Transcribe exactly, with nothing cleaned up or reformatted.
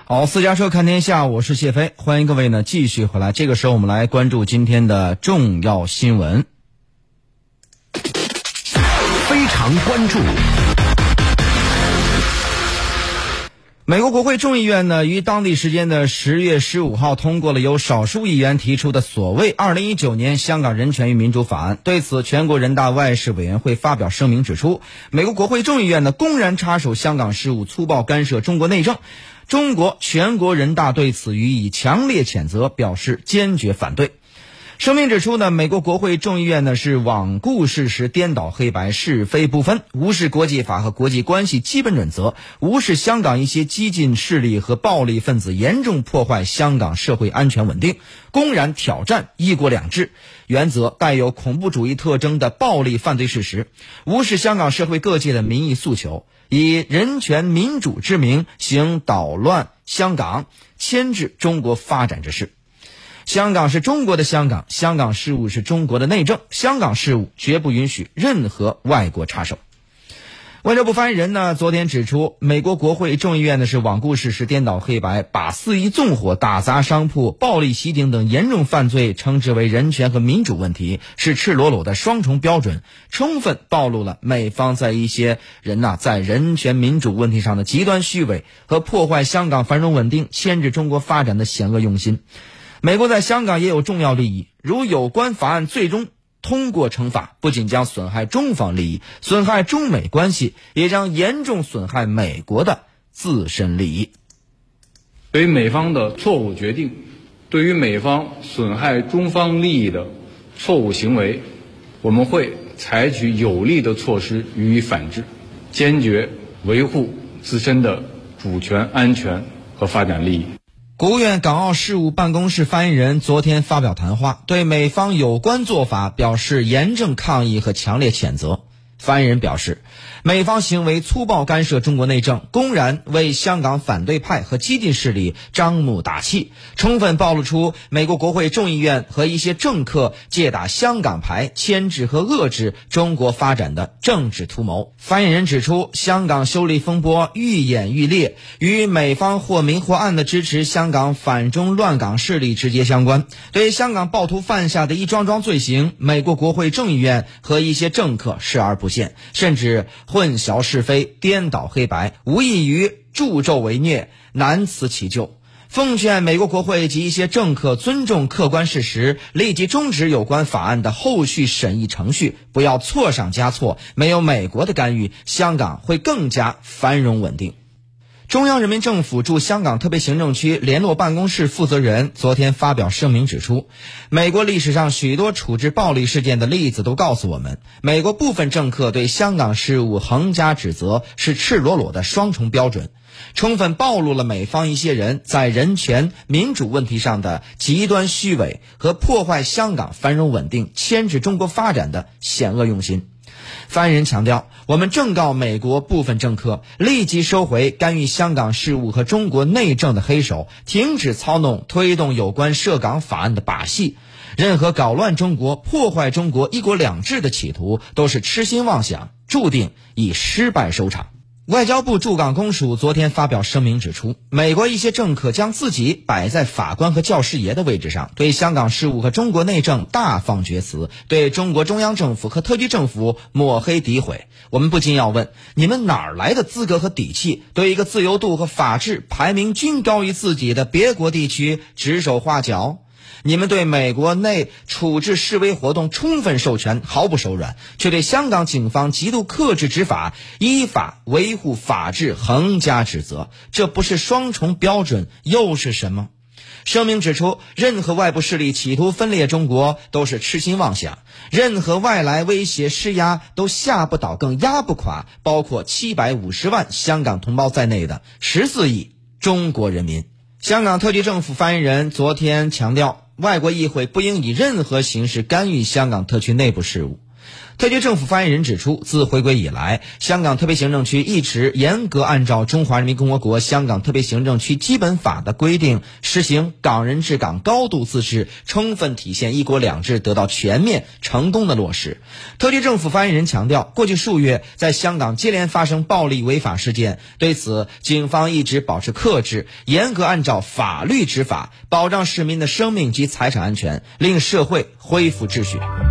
好，私家车看天下，我是谢飞，欢迎各位呢继续回来。这个时候我们来关注今天的重要新闻。 非常关注。 美国国会众议院呢，于当地时间的十月十五号通过了由少数议员提出的所谓二零一九年香港人权与民主法案。对此，全国人大外事委员会发表声明指出，美国国会众议院呢公然插手香港事务，粗暴干涉中国内政。中国全国人大对此予以强烈谴责，表示坚决反对。声明指出呢，美国国会众议院呢是罔顾事实、颠倒黑白、是非不分，无视国际法和国际关系基本准则，无视香港一些激进势力和暴力分子严重破坏香港社会安全稳定，公然挑战一国两制原则，带有恐怖主义特征的暴力犯罪事实，无视香港社会各界的民意诉求，以人权民主之名行捣乱香港、牵制中国发展之事。香港是中国的香港，香港事务是中国的内政，香港事务绝不允许任何外国插手。外交部发言人呢，昨天指出，美国国会众议院呢是罔顾事实、颠倒黑白，把肆意纵火、打砸商铺、暴力袭警等严重犯罪称之为人权和民主问题，是赤裸裸的双重标准，充分暴露了美方在一些人呐、啊、在人权民主问题上的极端虚伪和破坏香港繁荣稳定、牵制中国发展的险恶用心。美国在香港也有重要利益，如有关法案最终通过惩罚，不仅将损害中方利益，损害中美关系，也将严重损害美国的自身利益。 对于美方的错误决定，对于美方损害中方利益的错误行为，我们会采取有力的措施予以反制，坚决维护自身的主权、安全和发展利益。 国务院港澳事务办公室发言人昨天发表谈话，对美方有关做法表示严正抗议和强烈谴责。发言人表示，美方行为粗暴干涉中国内政，公然为香港反对派和激进势力张目打气，充分暴露出美国国会众议院和一些政客借打香港牌牵制和遏制中国发展的政治图谋。发言人指出，香港修例风波愈演愈烈，与美方或明或暗的支持香港反中乱港势力直接相关。对香港暴徒犯下的一桩桩罪行，美国国会众议院和一些政客视而不见，甚至混淆是非、颠倒黑白，无异于助纣为虐，难辞其咎。奉劝美国国会及一些政客尊重客观事实，立即终止有关法案的后续审议程序，不要错上加错。没有美国的干预，香港会更加繁荣稳定。中央人民政府驻香港特别行政区联络办公室负责人昨天发表声明指出，美国历史上许多处置暴力事件的例子都告诉我们，美国部分政客对香港事务横加指责是赤裸裸的双重标准，充分暴露了美方一些人在人权民主问题上的极端虚伪和破坏香港繁荣稳定、牵制中国发展的险恶用心。发言人强调，我们正告美国部分政客立即收回干预香港事务和中国内政的黑手，停止操弄推动有关涉港法案的把戏。任何搞乱中国、破坏中国一国两制的企图都是痴心妄想，注定以失败收场。外交部驻港公署昨天发表声明指出，美国一些政客将自己摆在法官和教师爷的位置上，对香港事务和中国内政大放厥词，对中国中央政府和特区政府抹黑诋毁。我们不禁要问，你们哪儿来的资格和底气，对一个自由度和法治排名均高于自己的别国地区指手画脚？你们对美国内处置示威活动充分授权，毫不手软，却对香港警方极度克制执法、依法维护法治横加指责，这不是双重标准又是什么？声明指出，任何外部势力企图分裂中国都是痴心妄想，任何外来威胁施压都吓不倒更压不垮包括七百五十万香港同胞在内的十四亿中国人民。香港特区政府发言人昨天强调，外国议会不应以任何形式干预香港特区内部事务。 特区政府发言人指出，自回归以来，香港特别行政区一直严格按照《中华人民共和国香港特别行政区基本法》的规定，实行港人治港、高度自治，充分体现一国两制得到全面成功的落实。特区政府发言人强调，过去数月在香港接连发生暴力违法事件，对此警方一直保持克制，严格按照法律执法，保障市民的生命及财产安全，令社会恢复秩序。